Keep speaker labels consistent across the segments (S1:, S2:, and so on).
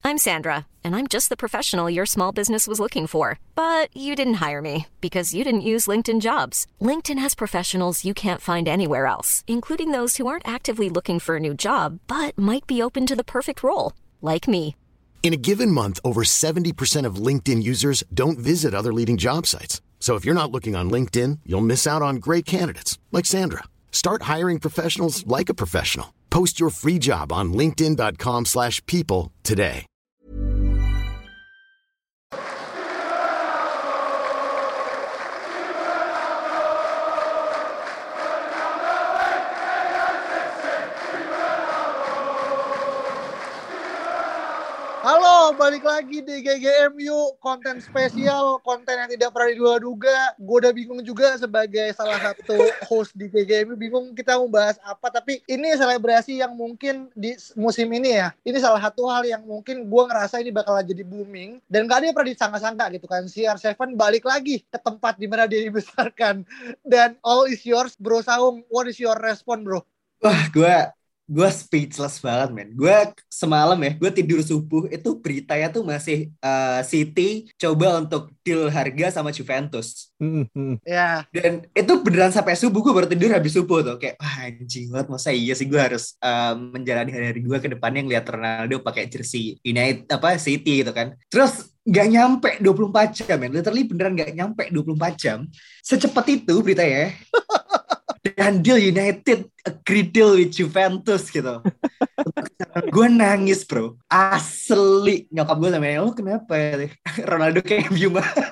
S1: I'm Sandra, and I'm just the professional your small business was looking for. But you didn't hire me because you didn't use LinkedIn Jobs. LinkedIn has professionals you can't find anywhere else, including those who aren't actively looking for a new job, but might be open to the perfect role, like me.
S2: In a given month, over 70% of LinkedIn users don't visit other leading job sites. So if you're not looking on LinkedIn, you'll miss out on great candidates like Sandra. Start hiring professionals like a professional. Post your free job on linkedin.com/people today.
S3: Halo, balik lagi di GGMU, konten spesial, konten yang tidak pernah diduga-duga. Gue udah bingung juga sebagai salah satu host di GGMU, bingung kita mau bahas apa. Tapi ini selebrasi yang mungkin di musim ini ya, ini salah satu hal yang mungkin gue ngerasa ini bakal jadi booming. Dan gak ada yang pernah disangka-sangka gitu kan, CR7 balik lagi ke tempat di mana dia dibesarkan. Dan all is yours, Bro Saung. What is your response, bro?
S4: Wah, gue speechless banget, men. Gue semalam ya, gue tidur subuh itu beritanya tuh masih City coba untuk deal harga sama Juventus.
S3: Ya.
S4: Dan itu beneran sampai subuh, gue baru tidur habis subuh tuh kayak wah anjing banget, masa iya sih gue harus menjalani hari-hari gue ke depannya ngeliat Ronaldo pakai jersey United City gitu kan. Terus nggak nyampe 24 jam, men. Literally beneran nggak nyampe 24 jam. Secepat itu beritanya. Dan deal United agree deal with Juventus gitu. Gue nangis, bro. Asli. Nyokap gue sampe, lo kenapa ya? Ronaldo kayak MU banget.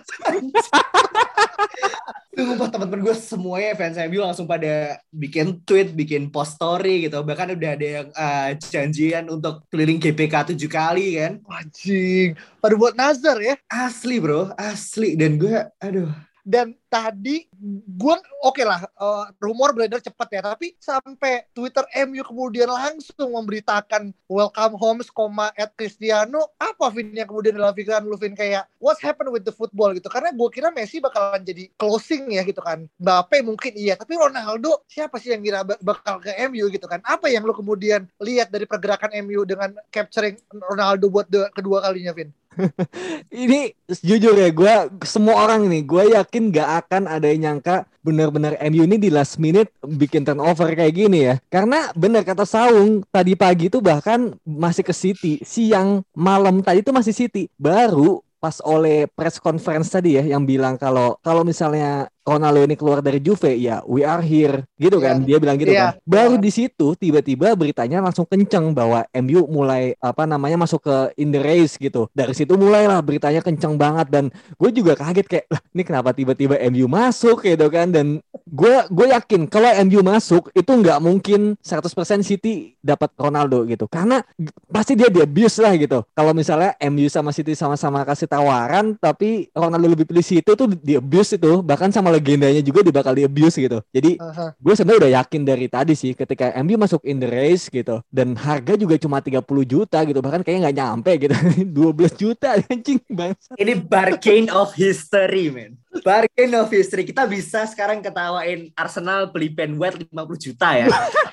S4: Sumpah, teman-teman gue semuanya fans MU langsung pada bikin tweet, bikin post story gitu. Bahkan udah ada yang janjian untuk keliling GBK 7 kali kan.
S3: Anjing. Pada buat nazar ya.
S4: Asli, bro. Asli. Dan gue, aduh.
S3: Dan tadi gue oke lah, rumor beredar cepat ya, tapi sampai Twitter MU kemudian langsung memberitakan welcome home, @Cristiano. Apa Vin yang kemudian dalam pikiran lu, Vin, kayak what's happened with the football gitu? Karena gue kira Messi bakalan jadi closing ya gitu kan, Mbappe mungkin iya, tapi Ronaldo siapa sih yang kira bakal ke MU gitu kan? Apa yang lu kemudian lihat dari pergerakan MU dengan capturing Ronaldo buat kedua kalinya, Vin?
S5: Ini jujur ya, gue semua orang nih, gue yakin gak akan ada yang nyangka benar-benar MU ini di last minute bikin turnover kayak gini ya. Karena benar kata Saung, tadi pagi tuh bahkan masih ke City, siang malam tadi tuh masih City. Baru pas oleh press conference tadi ya yang bilang kalau misalnya Ronaldo ini keluar dari Juve, ya we are here gitu kan, dia bilang gitu kan. Baru di situ tiba-tiba beritanya langsung kenceng bahwa MU mulai masuk ke in the race gitu. Dari situ mulailah beritanya kenceng banget, dan gue juga kaget kayak, lah ini kenapa tiba-tiba MU masuk gitu kan. Dan gue yakin kalau MU masuk itu nggak mungkin 100% City dapat Ronaldo gitu, karena pasti dia abuse lah gitu. Kalau misalnya MU sama City sama-sama kasih tawaran tapi Ronaldo lebih pilih City, itu di abuse itu, bahkan sama legendanya juga bakal di abuse gitu. Jadi gue sebenarnya udah yakin dari tadi sih ketika MU masuk in the race gitu, dan harga juga cuma 30 juta gitu, bahkan kayaknya nggak nyampe gitu. 12 juta anjing bangsa.
S4: Ini bargain of history, man. Bargain of history. Kita bisa sekarang ketawain Arsenal beli Ben White 50 juta ya.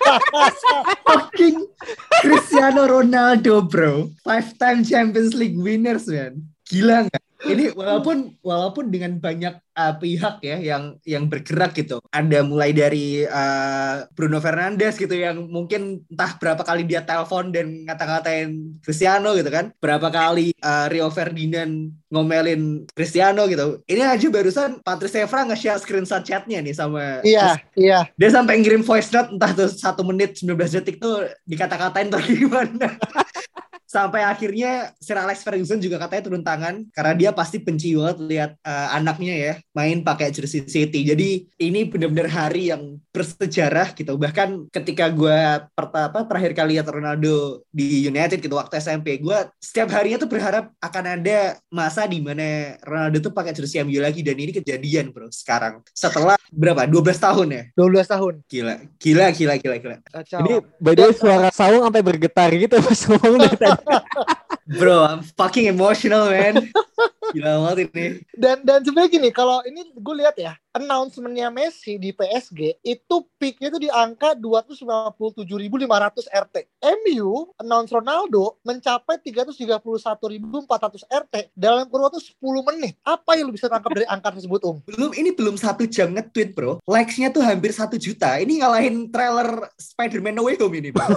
S4: Fucking Cristiano Ronaldo, bro. 5-time Champions League winners, man. Gila nggak? Ini walaupun dengan banyak pihak ya yang bergerak gitu. Ada mulai dari Bruno Fernandes gitu yang mungkin entah berapa kali dia telepon dan ngata-ngatain Cristiano gitu kan. Berapa kali Rio Ferdinand ngomelin Cristiano gitu. Ini aja barusan Patrice Evra nge-share screenshot chatnya nih sama.
S3: Iya.
S4: Dia sampai ngirim voice note entah tuh 1 menit 19 detik tuh dikata-katain atau gimana. Sampai akhirnya Sir Alex Ferguson juga katanya turun tangan karena dia pasti benci banget lihat anaknya ya main pakai jersey City. Jadi ini benar-benar hari yang bersejarah gitu. Bahkan ketika gue terakhir kali lihat Ronaldo di United gitu waktu SMP, gue setiap harinya tuh berharap akan ada masa di mana Ronaldo tuh pakai jersey MU lagi, dan ini kejadian, bro, sekarang. Setelah berapa? 12 tahun ya?
S3: 12 tahun.
S4: Gila.
S5: Ini by the way suara Saung sampai bergetar gitu pas ngomong dari tadi.
S4: Bro, I'm fucking emotional, man. Gila banget ini.
S3: Dan sebenarnya gini, kalau ini gue lihat ya, announcement-nya Messi di PSG itu peak-nya itu di angka 257.500 RT. MU announce Ronaldo mencapai 331.400 RT dalam kurun waktu 10 menit. Apa yang lu bisa tangkap dari angka tersebut,
S4: Belum 1 jam nge-tweet, bro. Likes-nya tuh hampir 1 juta. Ini ngalahin trailer Spider-Man No Way Home ini, bro.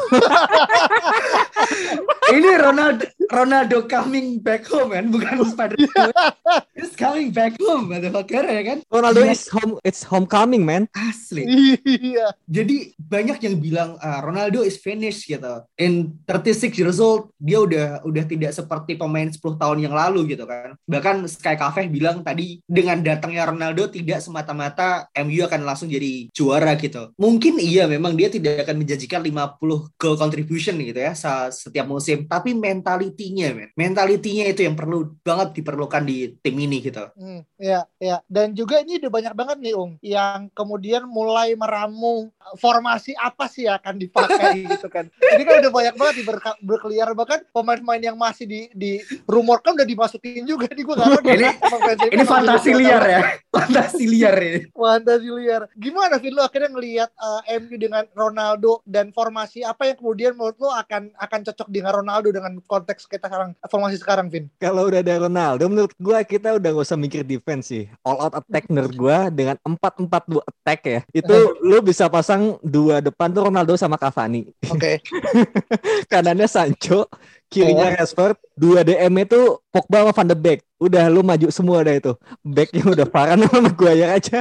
S4: Ini Ronaldo coming back home kan, bukan Spider-Man. He's coming back home, motherfucker, ya kan?
S5: Ronaldo is home, it's homecoming, man.
S4: Asli.
S3: Iya.
S4: Jadi banyak yang bilang Ronaldo is finished gitu. In 36 years old, dia udah tidak seperti pemain 10 tahun yang lalu gitu kan. Bahkan Sky Cafe bilang tadi dengan datangnya Ronaldo tidak semata-mata MU akan langsung jadi juara gitu. Mungkin iya memang dia tidak akan menjanjikan 50 goal contribution gitu ya setiap musim, tapi mentalitinya itu yang perlu banget diperlukan di tim ini gitu.
S3: Ya. Dan juga ini udah banyak banget nih yang kemudian mulai meramu formasi apa sih yang akan dipakai gitu kan. Ini kan udah banyak banget berkeliar, bahkan pemain-pemain yang masih di rumorkan udah dimasukin juga. Ini gue gak tahu
S4: ini fantasi liar ya. Fantasi liar. Gimana Vin, lo akhirnya ngelihat MU dengan Ronaldo dan formasi apa yang kemudian menurut lo akan cocok dengan Ronaldo dengan konteks kita sekarang, formasi sekarang, Vin?
S5: Kalau udah ada Ronaldo, menurut gue kita udah gak usah mikir defense sih. All out attack menurut gue dengan 4-4-2 attack ya. Itu lu bisa pasang 2 depan tuh Ronaldo sama Cavani.
S3: Oke.
S5: Kanannya Sancho, kirinya Rashford, 2 DM itu Pogba sama Van de Beek. Udah lu maju semua dah itu. Backnya udah Varane sama Maguire aja.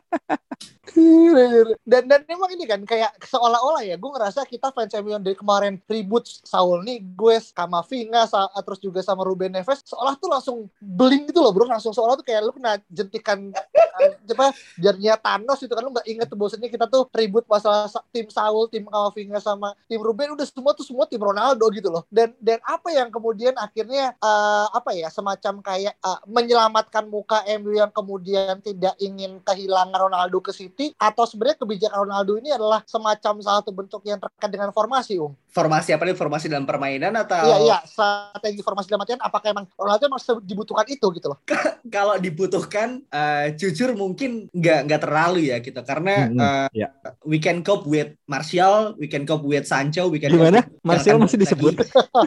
S3: Dan memang ini kan kayak seolah-olah ya, gue ngerasa kita fans MU dari kemarin ribut Saul Niguez, Camavinga, terus juga sama Ruben Neves, seolah tuh langsung bling gitu loh bro, langsung seolah tuh kayak lu kena jentikan jarinya Thanos gitu kan. Lu gak inget tuh bahwasannya kita tuh ribut masalah tim Saul, tim Camavinga sama tim Ruben, udah semua tim Ronaldo gitu loh. Dan apa yang kemudian akhirnya semacam kayak menyelamatkan muka MU yang kemudian tidak ingin kehilangan Ronaldo ke City, atau sebenarnya kebijakan Ronaldo ini adalah semacam salah satu bentuk yang terkait dengan formasi,
S4: Formasi apa nih? Formasi dalam permainan atau?
S3: Iya, strategi formasi dalam artian apakah emang Ronaldo emang dibutuhkan itu gitu loh?
S4: Kalau dibutuhkan, jujur mungkin nggak terlalu ya gitu, karena we can cope with Martial, we can cope with Sancho, we can.
S5: Gimana? Martial masih disebut?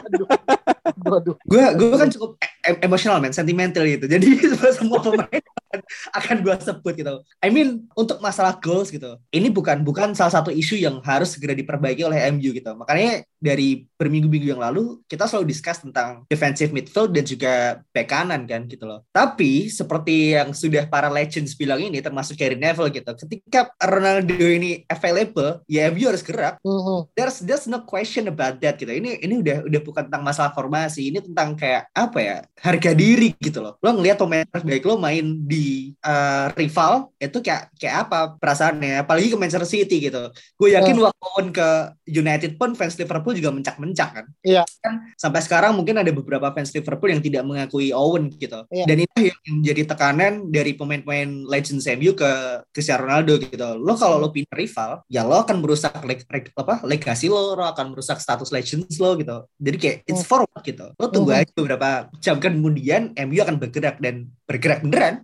S3: Aduh.
S4: Gue kan cukup emosional, sentimental gitu. Jadi semua pemain akan gue sebut gitu. I mean, untuk masalah goals gitu, ini bukan salah satu isu yang harus segera diperbaiki oleh MU gitu. Makanya dari berminggu-minggu yang lalu kita selalu discuss tentang defensive midfield dan juga back kanan kan gitu loh. Tapi seperti yang sudah para legends bilang ini, termasuk Gary Neville gitu, ketika Ronaldo ini available, ya MU harus gerak. There's no question about that gitu. Ini udah bukan tentang masalah formasi, ini tentang kayak apa ya, harga diri gitu loh. Lo ngelihat pemain terbaik lo main di rival itu kayak apa perasaannya, apalagi ke Manchester City gitu. Gue yakin waktu ke United pun fans Liverpool juga mencak-mencak kan.
S3: Iya.
S4: Kan sampai sekarang mungkin ada beberapa fans Liverpool yang tidak mengakui Owen gitu.
S3: Iya.
S4: Dan itu yang menjadi tekanan dari pemain-pemain legends MU ke Cristiano Ronaldo gitu. Lo kalau lo pindah rival, ya lo akan merusak legasi lo akan merusak status legends lo gitu. Jadi kayak it's forward gitu. Lo tunggu aja beberapa jam kemudian MU akan bergerak beneran.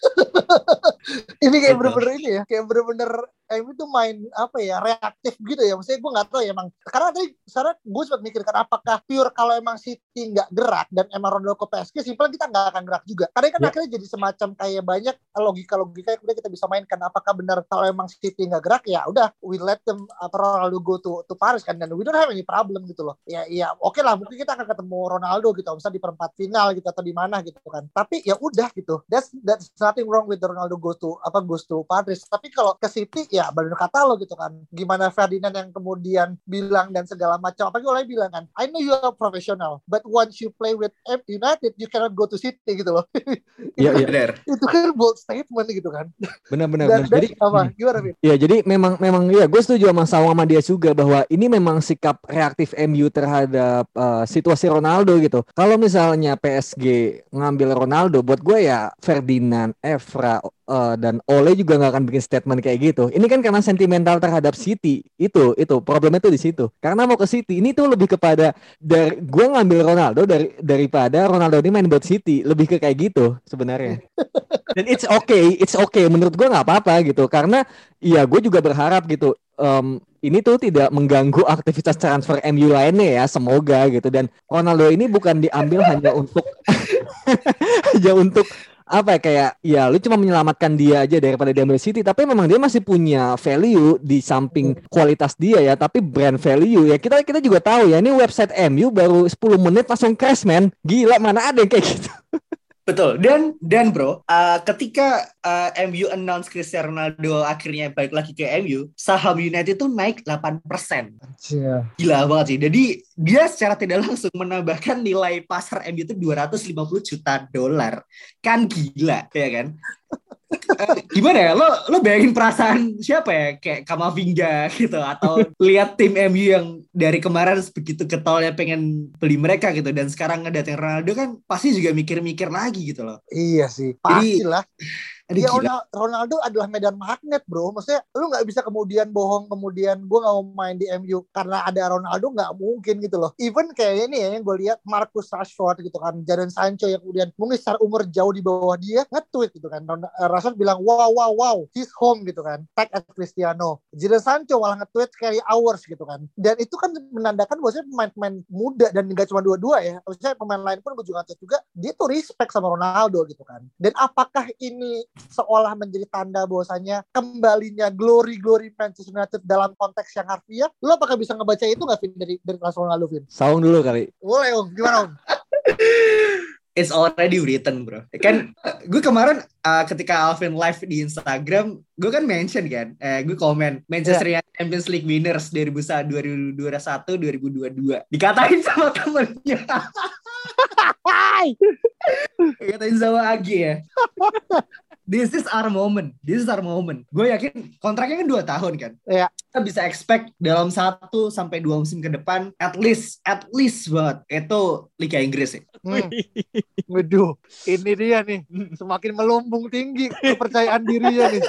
S3: Ini kayak bener-bener ini ya, kayak bener-bener MU tuh main apa ya, reaktif gitu ya. Maksudnya gue nggak tahu ya emang, karena tadi sekarang gue sempat mikirkan apakah pure kalau emang City nggak gerak dan emang Ronaldo ke PSG, simpel kita nggak akan gerak juga. Karena kan akhirnya jadi semacam kayak banyak logika yang kemudian kita bisa mainkan. Apakah benar kalau emang City nggak gerak, ya udah we let them Ronaldo go to Paris kan, dan we don't have any problem gitu loh. Ya oke lah, mungkin kita akan ketemu Ronaldo gitu, misalnya di perempat final gitu atau di mana gitu kan. Tapi ya udah gitu. That's nothing wrong with the Ronaldo goes to Paris. Tapi kalau ke City ya benar kata lo gitu kan. Gimana Ferdinand yang kemudian bilang dan segala macam. Apalagi oleh bilang kan, I know you are professional, but once you play with United, you cannot go to City gitu loh.
S5: Iya.
S3: Itu kan bold statement gitu kan.
S5: Benar. Jadi
S3: apa? Gimana, Vin?
S5: Ya, jadi memang ya gue setuju sama dia juga bahwa ini memang sikap reaktif MU terhadap situasi Ronaldo gitu. Kalau misalnya PSG ngambil Ronaldo, buat gue ya Ferdinand, Evra, dan Ole juga nggak akan bikin statement kayak gitu. Ini kan karena sentimental terhadap City. Itu problemnya tuh di situ. Karena mau ke City ini tuh lebih kepada dari gue ngambil Ronaldo daripada Ronaldo ini main buat City, lebih ke kayak gitu sebenarnya. Dan it's okay menurut gue nggak apa-apa gitu, karena ya gue juga berharap gitu ini tuh tidak mengganggu aktivitas transfer MU lainnya ya, semoga gitu. Dan Ronaldo ini bukan diambil hanya untuk hanya untuk apa ya, kayak ya lu cuma menyelamatkan dia aja daripada diambil City, tapi memang dia masih punya value di samping kualitas dia ya, tapi brand value ya kita juga tahu ya, ini website MU baru 10 menit langsung crash man, gila, mana ada yang kayak gitu.
S4: Betul. Dan bro, ketika MU announce Cristiano Ronaldo akhirnya balik lagi ke MU, saham United itu naik 8%. Gila banget sih. Jadi dia secara tidak langsung menambahkan nilai pasar MU itu $250 juta. Kan gila, ya kan? Gimana ya, lo bayangin perasaan siapa ya, kayak Kamavinga gitu, atau lihat tim MU yang dari kemarin begitu getolnya pengen beli mereka gitu, dan sekarang ngedateng Ronaldo, kan pasti juga mikir-mikir lagi gitu loh.
S3: Iya sih, pastilah.
S4: Iya,
S3: Ronaldo adalah medan magnet bro. Maksudnya lu gak bisa kemudian bohong, kemudian gue gak mau main di MU karena ada Ronaldo, gak mungkin gitu loh. Even kayak ini ya, yang gue lihat Marcus Rashford gitu kan, Jadon Sancho yang kemudian mungkin secara umur jauh di bawah dia, nge-tweet gitu kan, Rashford bilang wow he's home gitu kan, tag at Cristiano. Jadon Sancho malah nge-tweet carry hours gitu kan. Dan itu kan menandakan bahwasanya pemain-pemain muda, dan gak cuma dua-dua ya, maksudnya pemain lain pun gue juga nge-tweet juga, dia tuh respect sama Ronaldo gitu kan. Dan apakah ini seolah menjadi tanda bahwasanya kembalinya glory Manchester United dalam konteks yang harfiah? Lo apakah bisa ngebaca itu nggak, Vin, dari Ronaldo, Vin?
S5: Saung dulu kali.
S3: Boleh Om, gimana Om?
S4: It's already written bro. Kan gue kemarin ketika Alvin live di Instagram, gue kan mention kan, gue komen Manchester United Champions League winners 2021-2022. Dikatain sama temennya. Dikatain sama Agi ya. This is our moment. Gue yakin kontraknya kan 2 tahun kan.
S3: Iya.
S4: Kita bisa expect dalam 1-2 musim ke depan at least banget itu Liga Inggris ya.
S3: Waduh, ini dia nih, semakin melumbung tinggi kepercayaan dirinya nih.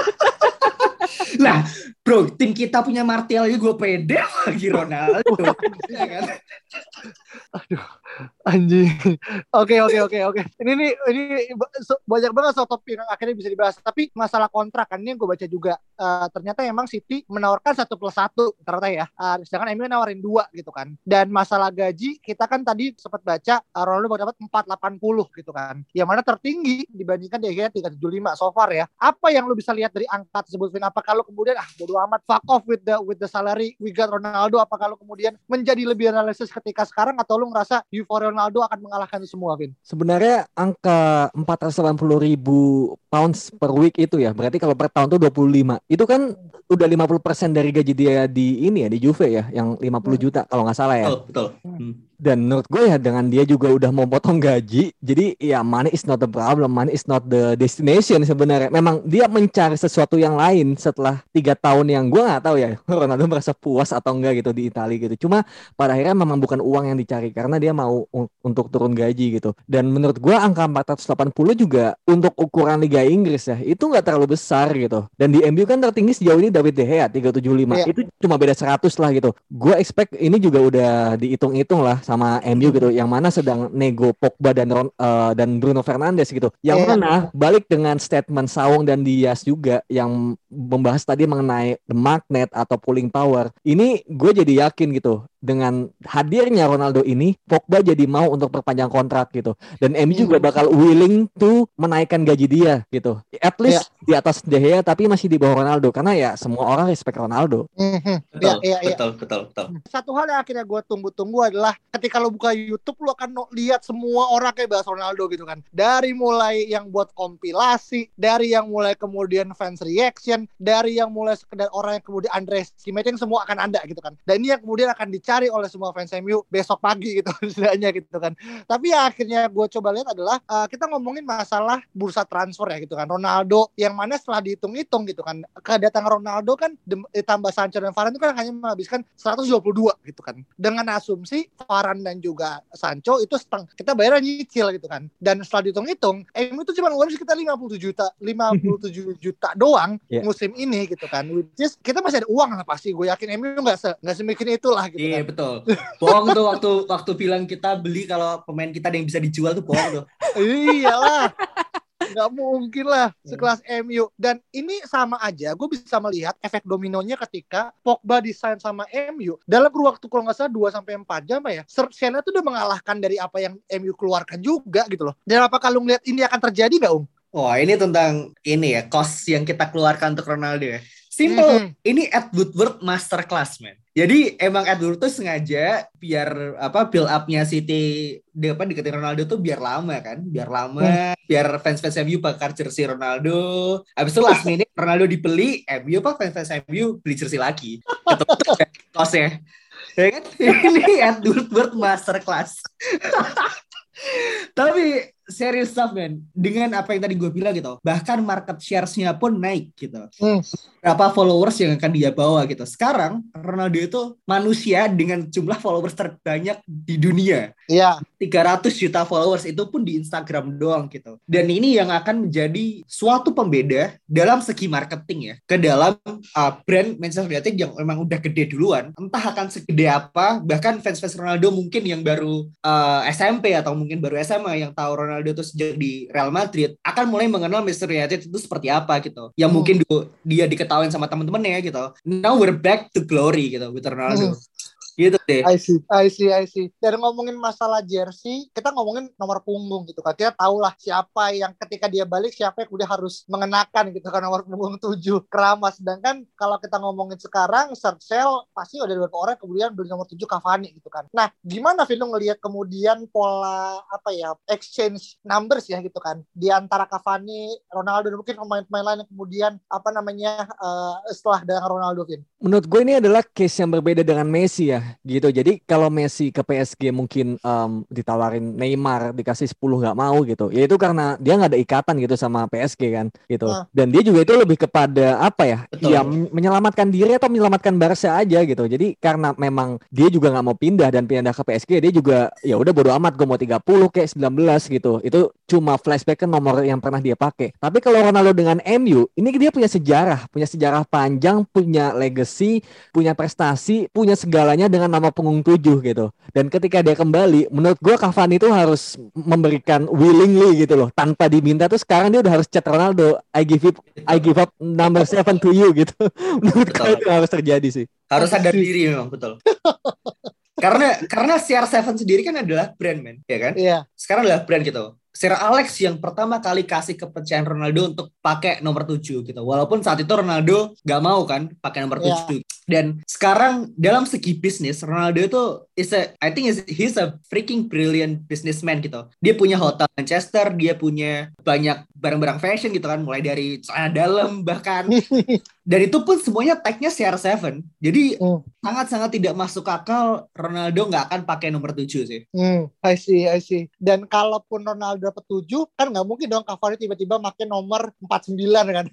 S4: Lah, bro, tim kita punya Martial aja gue pede lagi Ronaldo. Ya kan?
S3: Aduh, anjing. Oke. Ini banyak banget soal topik yang akhirnya bisa dibahas. Tapi masalah kontrak kan, ini yang gue baca juga. Ternyata emang City menawarkan 1+1 ternyata ya. Sedangkan MU nawarin 2 gitu kan. Dan masalah gaji, kita kan tadi sempat baca Ronaldo bakal dapat 480 gitu kan. Yang mana tertinggi dibandingkan dia 375 so far ya. Apa yang lu bisa lihat dari angka tersebut, Vin? Apa kalau kemudian bodo amat, fuck off with the salary we got Ronaldo? Apa kalau kemudian menjadi lebih realistis ketika sekarang, atau lu ngerasa euforia Ronaldo akan mengalahkan itu semua, Vin?
S5: Sebenarnya angka 480.000 pounds per week itu ya, berarti kalau per tahun tuh 25. Itu kan udah 50% dari gaji dia di ini ya, di Juve ya, yang 50 juta kalau nggak salah ya.
S4: Betul.
S5: Dan menurut gue ya, dengan dia juga udah mau potong gaji, jadi ya money is not the problem, money is not the destination sebenarnya. Memang dia mencari sesuatu yang lain setelah 3 tahun yang gue nggak tahu ya Ronaldo merasa puas atau enggak gitu di Italia gitu. Cuma pada akhirnya memang bukan uang yang dicari, karena dia mau untuk turun gaji gitu. Dan menurut gue angka 480 juga untuk ukuran Liga Inggris ya, itu nggak terlalu besar gitu. Dan di MU kan tertinggi sejauh ini David De Gea 375, itu cuma beda 100 lah gitu. Gue expect ini juga udah dihitung-hitung lah sama MU gitu, yang mana sedang nego Pogba dan Bruno Fernandes gitu. Yang mana balik dengan statement Saung dan Dias juga yang membahas tadi mengenai the magnet atau pulling power. Ini gue jadi yakin gitu, dengan hadirnya Ronaldo ini, Pogba jadi mau untuk perpanjang kontrak gitu. Dan MU juga bakal willing to menaikkan gaji dia gitu. At least di atas De Gea, tapi masih di bawah Ronaldo, karena ya semua orang respect Ronaldo.
S4: Betul.
S3: Satu hal yang akhirnya gue tunggu-tunggu adalah ketika lo buka YouTube, lo akan lihat semua orang kayak bahas Ronaldo gitu kan. Dari mulai yang buat kompilasi, dari yang mulai kemudian fans reaction, dari yang mulai sekedar orang yang kemudian underestimating, semua akan ada gitu kan. Dan ini yang kemudian akan dicari dicari oleh semua fans MU besok pagi gitu setidaknya gitu kan. Tapi ya akhirnya gue coba lihat adalah kita ngomongin masalah bursa transfer ya gitu kan. Ronaldo yang mana setelah dihitung-hitung gitu kan, kedatangan Ronaldo kan ditambah Sancho dan Varane itu kan hanya menghabiskan 122 gitu kan. Dengan asumsi Varane dan juga Sancho itu kita bayar nyicil gitu kan. Dan setelah dihitung-hitung MU itu cuma ngeluarin sekitar 57 juta doang musim ini gitu kan. Which is kita masih ada uang lah pasti. Gue yakin MU nggak semikian itulah gitu
S4: Iya
S3: kan.
S4: betul. Bohong tuh waktu bilang kita beli kalau pemain kita ada yang bisa dijual tuh bohong tuh.
S3: Iyalah. Nggak mungkin lah sekelas MU. Dan ini sama aja gue bisa melihat efek dominonya ketika Pogba disign sama MU dalam waktu kalau nggak salah 2-4 jam ya. Share-nya tuh udah mengalahkan dari apa yang MU keluarkan juga gitu loh. Dan apakah lu ngeliat ini akan terjadi nggak
S4: Wah ini tentang ini ya, cost yang kita keluarkan untuk Ronaldo ya. Simple, ini Ed Woodward masterclass man. Jadi emang Ed Woodward tuh sengaja biar build up-nya City deketin Ronaldo tuh biar lama kan, biar fans-fans MU bakar jersey Ronaldo. Habis itu last minute Ronaldo dibeli, MU fans MU beli jersey lagi. Ketemu cost-nya. Ya kan? Ini Ed Woodward masterclass. Tapi serius stuff man, dengan apa yang tadi gue bilang gitu, bahkan market shares-nya pun naik gitu. Berapa followers yang akan dia bawa gitu. Sekarang Ronaldo itu manusia dengan jumlah followers terbanyak di dunia.
S3: Iya.
S4: 300 juta followers, itu pun di Instagram doang gitu. Dan ini yang akan menjadi suatu pembeda dalam segi marketing ya, ke dalam brand Manchester United yang memang udah gede duluan. Entah akan segede apa, bahkan fans-fans Ronaldo mungkin yang baru SMP atau mungkin baru SMA yang tahu Ronaldo itu sejak di Real Madrid akan mulai mengenal Manchester United itu seperti apa gitu. Yang mungkin dia diketawain sama teman-temannya gitu. Now we're back to glory gitu with Ronaldo. Gitu deh.
S3: I see. Dan ngomongin masalah jersey, kita ngomongin nomor punggung gitu kan. Kita tahu lah siapa yang ketika dia balik, siapa yang udah harus mengenakan gitu kan nomor punggung 7 keramas. Sedangkan kalau kita ngomongin sekarang, search sale pasti ada beberapa orang kemudian beli nomor 7 Cavani gitu kan. Nah, gimana Vin lo ngelihat kemudian pola exchange numbers ya gitu kan di antara Cavani, Ronaldo dan mungkin pemain-pemain lain yang kemudian setelah dengan Ronaldo, Vin?
S5: Menurut gue ini adalah case yang berbeda dengan Messi ya gitu. Jadi kalau Messi ke PSG mungkin ditawarin Neymar dikasih 10 nggak mau gitu. Ya itu karena dia nggak ada ikatan gitu sama PSG kan gitu. Dan dia juga itu lebih kepada ya menyelamatkan diri atau menyelamatkan Barca aja gitu. Jadi karena memang dia juga nggak mau pindah dan pindah ke PSG, dia juga ya udah bodo amat, gue mau 30 kayak 19 gitu. Itu cuma flashback ke nomor yang pernah dia pakai. Tapi kalau Ronaldo dengan MU, ini dia punya sejarah panjang, punya legacy, punya prestasi, punya segalanya dengan nama punggung 7 gitu. Dan ketika dia kembali, menurut gue Cavani itu harus memberikan willingly gitu loh, tanpa diminta. Tuh sekarang dia udah harus chat Ronaldo, I give up number 7 to you gitu. Menurut gue itu harus terjadi sih.
S4: Harus sadar diri memang, betul. Karena CR7 sendiri kan adalah brand man, ya kan?
S3: Iya.
S4: Sekarang adalah brand gitu. Sir Alex yang pertama kali kasih kepercayaan Ronaldo untuk pakai nomor 7 gitu. Walaupun saat itu Ronaldo gak mau kan pakai nomor 7. Dan sekarang dalam segi bisnis, Ronaldo itu he's a freaking brilliant businessman gitu. Dia punya hotel Manchester, dia punya banyak barang-barang fashion gitu kan, mulai dari celana dalam bahkan. Dan itu pun semuanya tag-nya CR7. Jadi sangat-sangat tidak masuk akal Ronaldo nggak akan pakai nomor 7 sih.
S3: I see. Dan kalaupun Ronaldo dapat 7, kan nggak mungkin dong Cavani tiba-tiba pakai nomor 49 kan.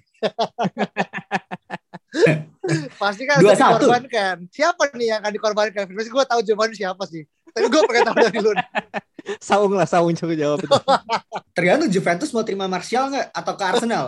S3: Pasti kan harus dikorbankan. Siapa nih yang akan dikorbankan? Pasti gue tahu jawabannya siapa sih. Tapi gue pengen tahu dari lu.
S5: Saung coba jawab itu.
S4: Tergantung Juventus mau terima Martial nggak atau ke Arsenal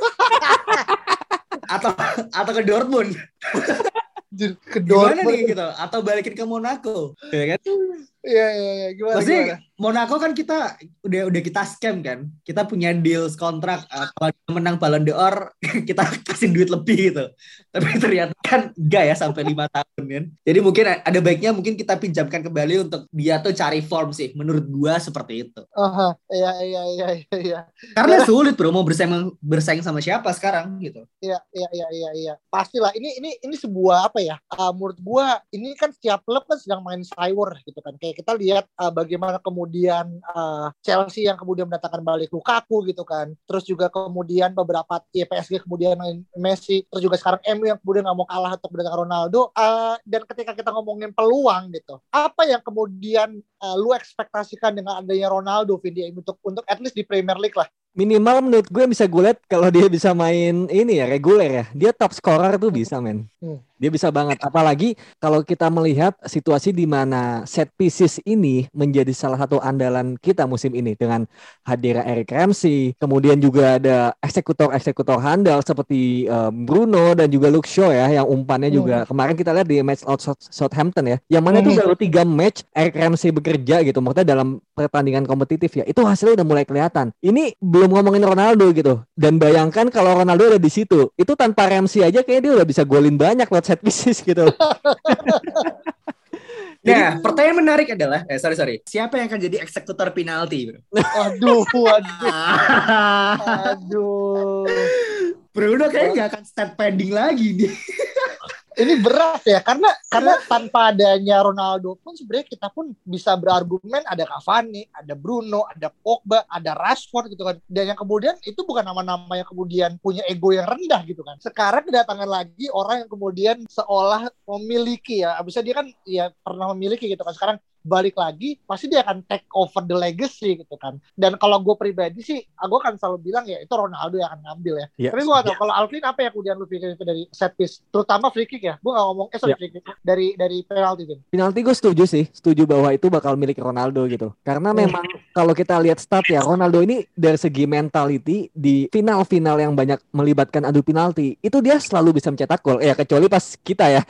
S4: atau ke Dortmund. Gimana nih gitu? Atau balikin ke Monaco, ya kan?
S3: Iya, gimana?
S4: Maksudnya Monaco kan kita udah kita scam kan. Kita punya deals kontrak kalau menang Ballon d'Or kita kasih duit lebih gitu. Tapi ternyata kan enggak ya sampai 5 tahun kan. Jadi mungkin ada baiknya mungkin kita pinjamkan kembali untuk dia tuh cari form sih. Menurut gua seperti itu.
S3: Iya.
S4: Karena sulit bro mau bersaing sama siapa sekarang gitu.
S3: Iya. Pastilah ini sebuah menurut gua ini kan setiap klub kan sedang main cyber gitu kan. Kayak kita lihat bagaimana kemudian kemudian Chelsea yang kemudian mendatangkan balik Lukaku gitu kan. Terus juga kemudian beberapa PSG kemudian Messi, terus juga sekarang MU yang kemudian nggak mau kalah untuk mendatangkan Ronaldo. Dan ketika kita ngomongin peluang gitu, apa yang kemudian lu ekspektasikan dengan adanya Ronaldo Vindi untuk at least di Premier League lah?
S5: Minimal menurut gue bisa gue lihat kalau dia bisa main ini ya reguler ya. Dia top scorer tuh bisa men. Dia bisa banget. Apalagi kalau kita melihat situasi di mana set pieces ini menjadi salah satu andalan kita musim ini dengan hadirnya Eric Ramsey. Kemudian juga ada eksekutor handal seperti Bruno dan juga Luke Shaw ya, yang umpannya juga kemarin kita lihat di match out Southampton ya. Yang mana itu baru 3 match Eric Ramsey bekerja gitu. Maksudnya dalam pertandingan kompetitif ya. Itu hasilnya udah mulai kelihatan. Ini belum ngomongin Ronaldo gitu. Dan bayangkan kalau Ronaldo ada di situ. Itu tanpa Ramsey aja kayaknya dia udah bisa golin banyak lewat set pieces gitu.
S4: Nah, pertanyaan menarik adalah, sorry, siapa yang akan jadi eksekutor penalti, bro?
S3: Aduh.
S4: Bruno kayaknya nggak akan start pending lagi nih.
S3: Ini berat ya, karena tanpa adanya Ronaldo pun sebenarnya kita pun bisa berargumen ada Cavani, ada Bruno, ada Pogba, ada Rashford gitu kan. Dan yang kemudian itu bukan nama-nama yang kemudian punya ego yang rendah gitu kan. Sekarang kedatangan lagi orang yang kemudian seolah memiliki ya, abisnya dia kan ya pernah memiliki gitu kan. Sekarang balik lagi, pasti dia akan take over the legacy gitu kan. Dan kalau gue pribadi sih, gue akan selalu bilang ya itu Ronaldo yang akan ngambil ya. Tapi gue gak tau, kalau Alvin apa yang kemudian lu pikir itu dari set piece, terutama free kick ya. Gue gak ngomong, free kick dari penalti kan.
S5: Penalti gue setuju bahwa itu bakal milik Ronaldo gitu. Karena memang kalau kita lihat stat ya, Ronaldo ini dari segi mentality di final-final yang banyak melibatkan adu penalti, itu dia selalu bisa mencetak gol. Ya kecuali pas kita ya.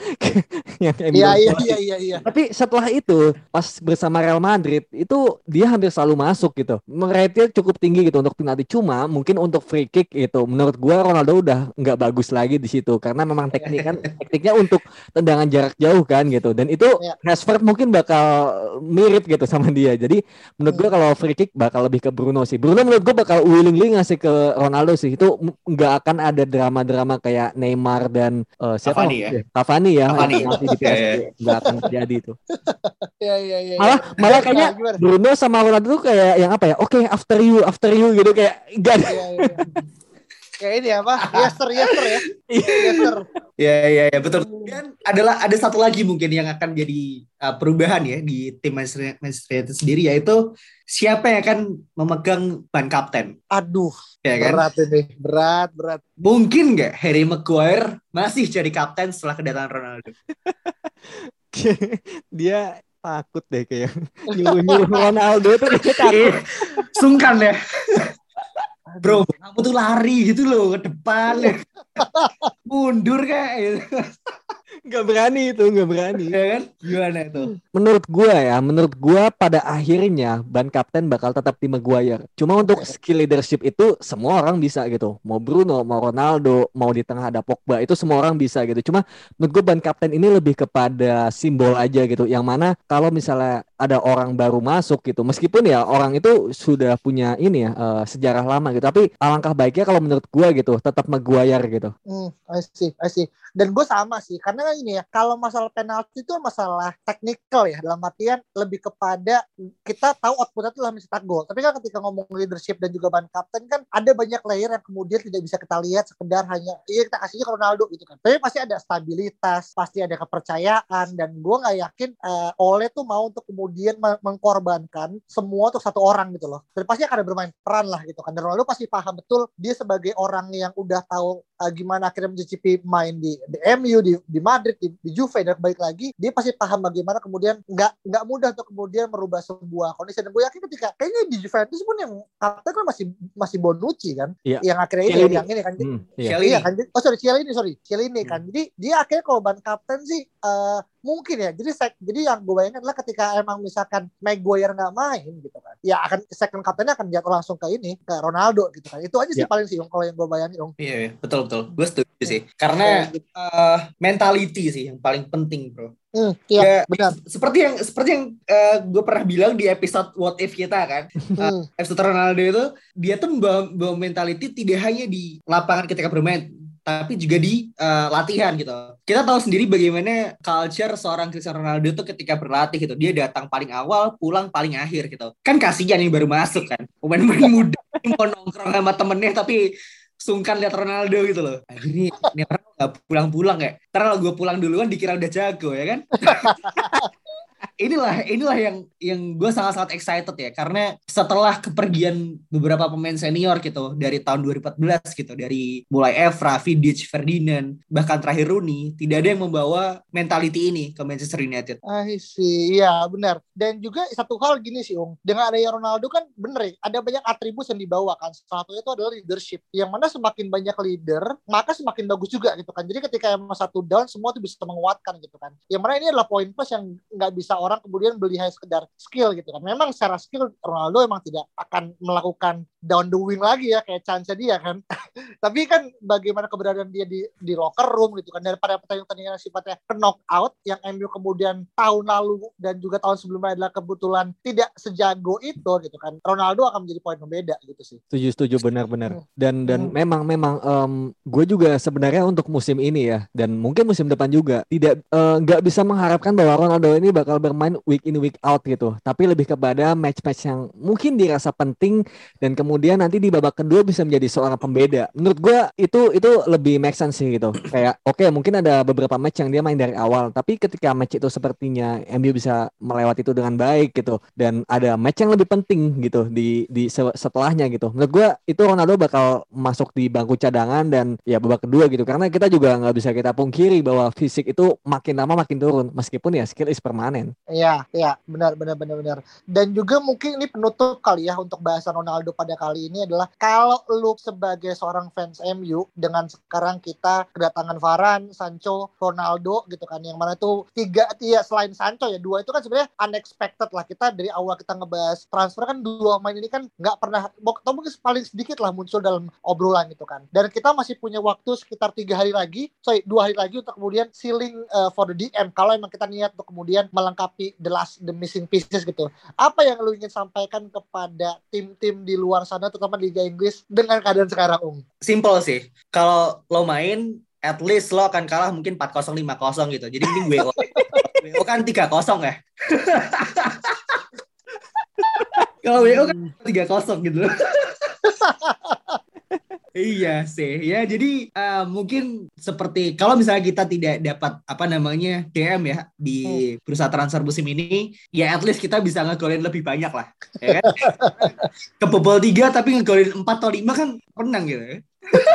S3: Iya.
S5: Tapi setelah itu pas bersama Real Madrid itu dia hampir selalu masuk gitu. Rate-nya cukup tinggi gitu untuk penalti. Cuma mungkin untuk free kick itu menurut gua Ronaldo udah nggak bagus lagi di situ karena memang tekniknya untuk tendangan jarak jauh kan gitu. Dan itu Rashford mungkin bakal mirip gitu sama dia. Jadi menurut gua kalau free kick bakal lebih ke Bruno sih. Bruno menurut gua bakal willingly ngasih ke Ronaldo sih. Itu nggak akan ada drama-drama kayak Neymar dan Cavani ya. Nanti di PSG nggak akan terjadi itu. Malah kayaknya Bruno sama Ronaldo tuh kayak yang apa ya? Oke, after you gitu kayak enggak.
S3: Kayak ini apa? Yester ya. Yester.
S4: Ya betul. Dan ada satu lagi mungkin yang akan jadi perubahan ya di tim Manchester United sendiri, yaitu siapa yang akan memegang ban kapten.
S3: Aduh,
S4: ya kan?
S3: Berat ini. Berat.
S4: Mungkin nggak Harry Maguire masih jadi kapten setelah kedatangan Ronaldo?
S5: Dia takut deh kayak nyuruh Ronaldo tuh dia takut.
S4: Sungkan ya. Bro, kamu tuh lari gitu loh ke depan. Mundur kayak.
S5: Nggak berani.
S4: Ya kan? Gimana itu?
S5: Menurut gua pada akhirnya ban kapten bakal tetap di Maguire. Cuma untuk skill leadership itu semua orang bisa gitu. Mau Bruno, mau Ronaldo, mau di tengah ada Pogba, itu semua orang bisa gitu. Cuma menurut gua ban kapten ini lebih kepada simbol aja gitu. Yang mana kalau misalnya ada orang baru masuk gitu, meskipun ya orang itu sudah punya ini ya sejarah lama gitu. Tapi alangkah baiknya kalau menurut gua gitu tetap Maguire gitu.
S3: I see. Dan gue sama sih, karena ini ya, kalau masalah penalti itu masalah teknikal ya, dalam artian lebih kepada kita tahu outputnya itu adalah mencetak gol. Tapi kan ketika ngomong leadership dan juga ban kapten kan ada banyak layer yang kemudian tidak bisa kita lihat sekedar hanya kita kasihnya ke Ronaldo gitu kan. Tapi pasti ada stabilitas, pasti ada kepercayaan, dan gue nggak yakin Ole tuh mau untuk kemudian mengkorbankan semua untuk satu orang gitu loh. Dan pasti akan ada bermain peran lah gitu kan. Dan Ronaldo pasti paham betul dia sebagai orang yang udah tahu gimana akhirnya mencicipi main di MU, di Madrid, di Juve, dan balik lagi dia pasti paham bagaimana kemudian nggak mudah untuk kemudian merubah sebuah kondisi. Dan gue yakin ketika kayaknya di Juventus pun yang kapten kan masih Bonucci kan, yang akhirnya yang ini kan, Chiellini kan. Jadi dia akhirnya kalau ban kapten sih mungkin ya. Jadi yang gue bayangkan adalah ketika emang misalkan Maguire nggak main gitu kan, ya akan second kaptennya akan jatuh langsung ke Ronaldo gitu kan. Itu aja sih paling sih kalau yang gue bayangin dong.
S4: Iya, betul. Gue setuju sih. Karena mentality sih yang paling penting, bro.
S3: Iya, benar.
S4: Seperti yang gue pernah bilang di episode What If kita kan. Episode Ronaldo itu dia tuh membawa mentality tidak hanya di lapangan ketika bermain, tapi juga di latihan gitu. Kita tahu sendiri bagaimana culture seorang Cristiano Ronaldo tuh ketika berlatih gitu. Dia datang paling awal, pulang paling akhir gitu. Kan kasihan yang baru masuk kan. Pemain-pemain muda yang mau nongkrong sama temennya tapi sungkan lihat Ronaldo gitu loh. Akhirnya ini orang gak pulang-pulang ya. Ntar kalau gue pulang duluan dikira udah jago ya kan. Inilah yang gue sangat-sangat excited ya, karena setelah kepergian beberapa pemain senior gitu dari tahun 2014 gitu, dari mulai Evra, Vidic, Ferdinand, bahkan terakhir Rooney, tidak ada yang membawa mentality ini ke Manchester United.
S3: Sih, iya benar. Dan juga satu hal gini sih, dengan adanya Ronaldo kan bener ya, ada banyak atribut yang dibawa kan. Salah satunya itu adalah leadership, yang mana semakin banyak leader, maka semakin bagus juga gitu kan. Jadi ketika emang satu down, semua tuh bisa menguatkan gitu kan. Yang mana ini adalah poin plus yang nggak bisa orang kemudian beli hanya sekedar skill gitu kan. Memang secara skill Ronaldo emang tidak akan melakukan down the wing lagi ya kayak chance dia kan. Tapi kan bagaimana keberadaan dia di locker room gitu kan, daripada pertandingan sifatnya ke knock out yang MU kemudian tahun lalu dan juga tahun sebelumnya adalah kebetulan tidak sejago itu gitu kan. Ronaldo akan menjadi poin pembeda gitu sih.
S5: Setuju benar-benar. Dan memang gue juga sebenarnya untuk musim ini ya, dan mungkin musim depan juga tidak nggak bisa mengharapkan bahwa Ronaldo ini bakal bermain week in week out gitu, tapi lebih kepada match-match yang mungkin dirasa penting dan kemudian nanti di babak kedua bisa menjadi seorang pembeda. Menurut gue itu lebih make sense sih gitu. Kayak oke, mungkin ada beberapa match yang dia main dari awal, tapi ketika match itu sepertinya MU bisa melewati itu dengan baik gitu, dan ada match yang lebih penting gitu di setelahnya gitu. Menurut gue itu Ronaldo bakal masuk di bangku cadangan dan ya babak kedua gitu, karena kita juga nggak bisa kita pungkiri bahwa fisik itu makin lama makin turun, meskipun ya skill is permanen.
S3: Iya, benar. Dan juga mungkin ini penutup kali ya untuk bahasan Ronaldo pada kali ini adalah kalau lu sebagai seorang fans MU dengan sekarang kita kedatangan Varane, Sancho, Ronaldo gitu kan, yang mana itu tiga selain Sancho ya, dua itu kan sebenarnya unexpected lah. Kita dari awal kita ngebahas transfer kan dua main ini kan nggak pernah, atau mungkin paling sedikit lah muncul dalam obrolan gitu kan. Dan kita masih punya waktu sekitar 2 hari lagi untuk kemudian sealing for the DM kalau emang kita niat untuk kemudian melengkapi the missing pieces gitu. Apa yang lu ingin sampaikan kepada tim-tim di luar sana, terutama di Liga Inggris dengan keadaan sekarang,
S4: Simple sih. Kalau lo main, at least lo akan kalah mungkin 4-0, 5-0 gitu. Jadi mending WO kan 3-0 ya. Kalau WO kan 3-0 gitu. Iya sih, ya jadi mungkin seperti kalau misalnya kita tidak dapat DM ya di bursa transfer musim ini, ya at least kita bisa ngegolin lebih banyak lah, ya kan? Kebobol 3 tapi ngegolin 4 atau 5 kan menang gitu ya.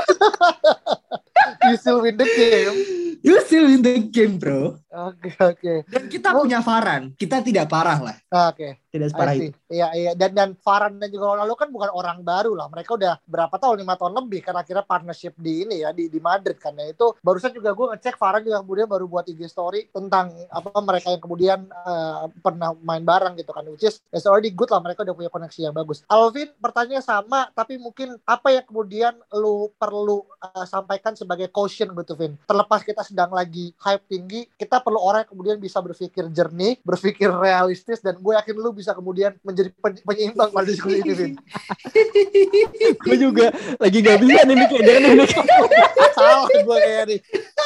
S3: You still win the game.
S4: You still win the game, bro.
S3: Oke.
S4: Dan kita punya Varane, kita tidak parah lah.
S3: Oke.
S4: Tidak separah itu.
S3: Iya. Dan Varane dan juga Ronaldo kan bukan orang baru lah. Mereka udah berapa tahun, 5 tahun lebih kan akhirnya partnership di ini ya, di Madrid kan. Ya itu barusan juga gue ngecek Varane juga kemudian baru buat IG story tentang mereka yang kemudian pernah main bareng gitu kan, which is it's already good lah, mereka udah punya koneksi yang bagus. Alvin, pertanyaannya sama tapi mungkin apa yang kemudian lu perlu sampaikan sebagai caution gitu, Vin? Terlepas kita sedang lagi hype tinggi, kita perlu orang yang kemudian bisa berpikir jernih, berpikir realistis, dan gue yakin lu bisa kemudian menjadi penyeimbang pada diskusi ini, Vin.
S5: Gue juga lagi gak bisa nih mikir.
S3: Salah gue kayak nih.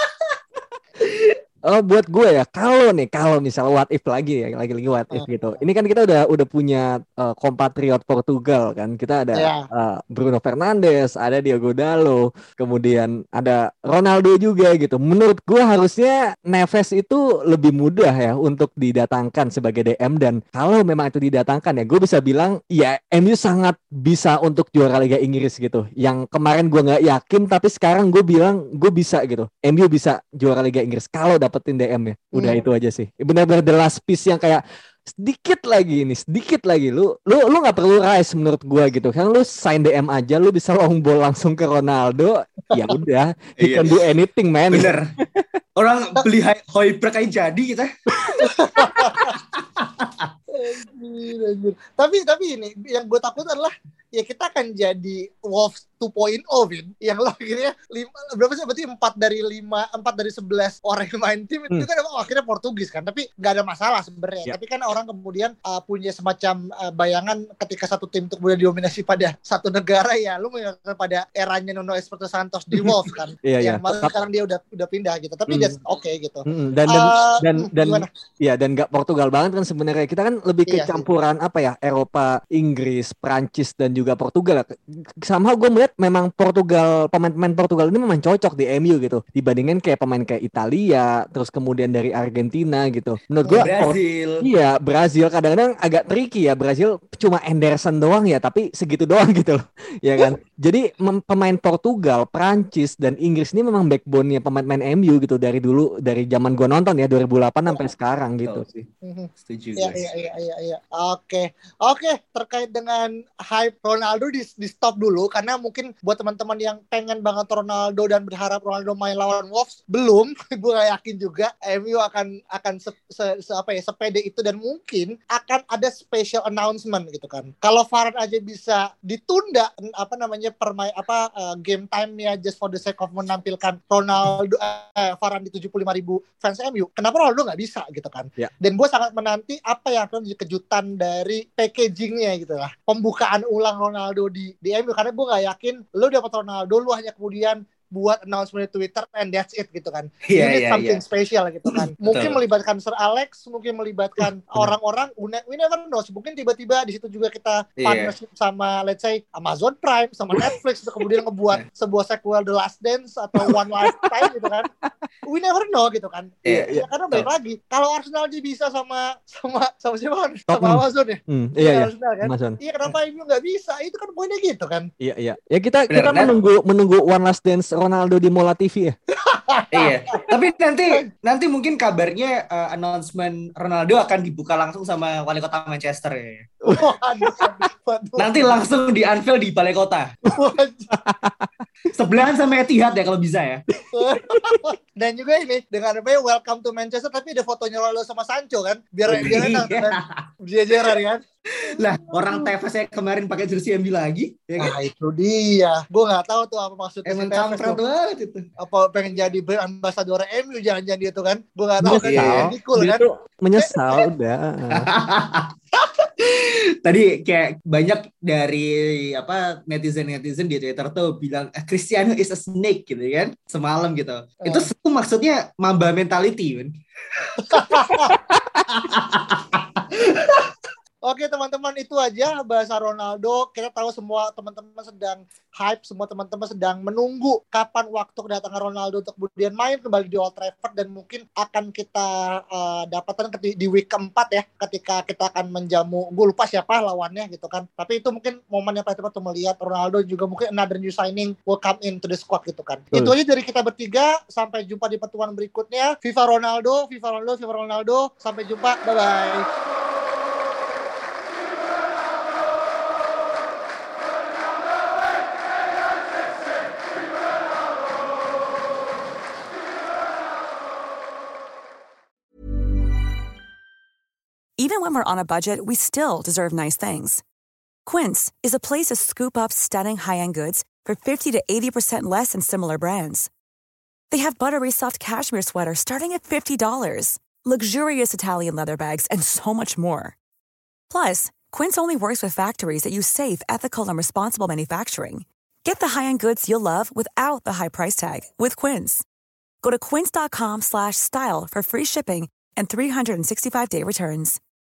S5: Buat gue ya, kalau misal what if lagi ya, lagi what if gitu. Ini kan kita udah punya kompatriot Portugal kan. Kita ada Bruno Fernandes, ada Diogo Dalot, kemudian ada Ronaldo juga gitu. Menurut gue harusnya Neves itu lebih mudah ya untuk didatangkan sebagai DM, dan kalau memang itu didatangkan ya, gue bisa bilang ya MU sangat bisa untuk juara Liga Inggris gitu. Yang kemarin gue nggak yakin, tapi sekarang gue bilang gue bisa gitu. MU bisa juara Liga Inggris kalau dapetin DM ya. Udah itu aja sih. Benar-benar the last piece yang kayak sedikit lagi lu nggak perlu rise menurut gua gitu kan. Lu sign DM aja, lu bisa long ball langsung ke Ronaldo, ya udah, you can do anything, man.
S4: Bener. Orang beli Højbjerg aja jadi kita.
S3: Tapi ini yang gue takut adalah ya kita akan jadi Wolves Vin, yang lo akhirnya berapa sih, berarti 4 dari 11 orang yang main tim itu kan akhirnya Portugis kan, tapi nggak ada masalah sebenarnya. Tapi kan orang kemudian punya semacam bayangan ketika satu tim itu kemudian didominasi pada satu negara, ya lu mengingatkan pada eranya Nuno Espirito Santos di Wolves kan. Yang sekarang dia udah pindah gitu, tapi that's okay gitu.
S5: Dan nggak Portugal banget kan sebenarnya, kita kan lebih ke campuran apa ya, Eropa, Inggris, Prancis dan juga Portugal. Sama gue melihat memang Portugal, pemain-pemain Portugal ini memang cocok di MU gitu dibandingin kayak pemain kayak Italia, terus kemudian dari Argentina gitu. Menurut gue Brazil kadang-kadang agak tricky ya. Brazil cuma Anderson doang ya, tapi segitu doang gitu loh. Ya kan. Jadi pemain Portugal, Prancis dan Inggris ini memang backbone-nya pemain-pemain MU gitu dari dulu, dari zaman gue nonton ya 2008 sampai sekarang gitu sih.
S4: Setuju.
S3: Iya. Oke, terkait dengan hype Ronaldo di stop dulu, karena mungkin buat teman-teman yang pengen banget Ronaldo dan berharap Ronaldo main lawan Wolves, belum. Gue gak yakin juga MU akan sepede itu, dan mungkin akan ada special announcement gitu kan. Kalau Varane aja bisa ditunda game time-nya just for the sake of menampilkan Ronaldo Varane di 75.000 fans MU, kenapa Ronaldo nggak bisa gitu kan? Dan gue sangat menanti apa yang akan jadi kejutan dari packaging-nya gitu lah, pembukaan ulang Ronaldo di MU, karena gue nggak yakin lu dapat Ronaldo lu hanya kemudian buat announcement di Twitter and that's it gitu kan. You need something special gitu kan. Mungkin melibatkan Sir Alex, mungkin melibatkan orang-orang, we never know. Mungkin tiba-tiba di situ juga kita partnership sama let's say Amazon Prime, sama Netflix untuk kemudian ngebuat sebuah sequel The Last Dance atau One Lifetime gitu kan. We never know gitu kan. Karena balik lagi, kalau Arsenal aja bisa sama siapa? Sama Amazon ya. Arsenal kan. Amazon. Iya, kenapa MU nggak bisa? Itu kan poinnya gitu kan.
S5: Iya. Ya kita menunggu One Last Dance Ronaldo di Mola TV ya.
S4: Iya. Tapi nanti mungkin kabarnya announcement Ronaldo akan dibuka langsung sama wali kota Manchester ya. Waduh. Nanti langsung di Anfield di balai kota. Sebelahan sama Etihad ya kalau bisa ya.
S3: Dan juga ini dengan welcome to Manchester, tapi ada fotonya Ronaldo sama Sancho kan, biar enak kan, jajaran kan.
S4: Lah orang Tevez saya kemarin pakai jersey MU lagi ya kan?
S3: Itu dia, gue nggak tahu tuh apa maksudnya.
S4: Emang kampret banget itu.
S3: Apa pengen jadi brand ambassador MU, jangan-jangan dia tuh kan, gue nggak tahu kan. Cool,
S5: dia
S3: kan?
S5: tuh menyesal udah.
S4: Tadi kayak banyak dari netizen di Twitter tuh bilang Cristiano is a snake gitu kan semalam gitu. Itu maksudnya Mamba mentality kan.
S3: Oke teman-teman, itu aja bahasa Ronaldo. Kita tahu semua teman-teman sedang hype, semua teman-teman sedang menunggu kapan waktu kedatangan Ronaldo untuk kemudian main kembali di Old Trafford, dan mungkin akan kita dapatkan di week keempat ya, ketika kita akan menjamu, gue lupa siapa lawannya gitu kan. Tapi itu mungkin momen yang paling tepat untuk melihat Ronaldo, juga mungkin another new signing will come into the squad gitu kan. Itu aja dari kita bertiga. Sampai jumpa di pertemuan berikutnya. Viva Ronaldo. Sampai jumpa. Bye-bye.
S6: Even when we're on a budget, we still deserve nice things. Quince is a place to scoop up stunning high-end goods for 50 to 80% less than similar brands. They have buttery soft cashmere sweaters starting at $50, luxurious Italian leather bags, and so much more. Plus, Quince only works with factories that use safe, ethical, and responsible manufacturing. Get the high-end goods you'll love without the high price tag with Quince. Go to quince.com/style for free shipping and 365-day returns.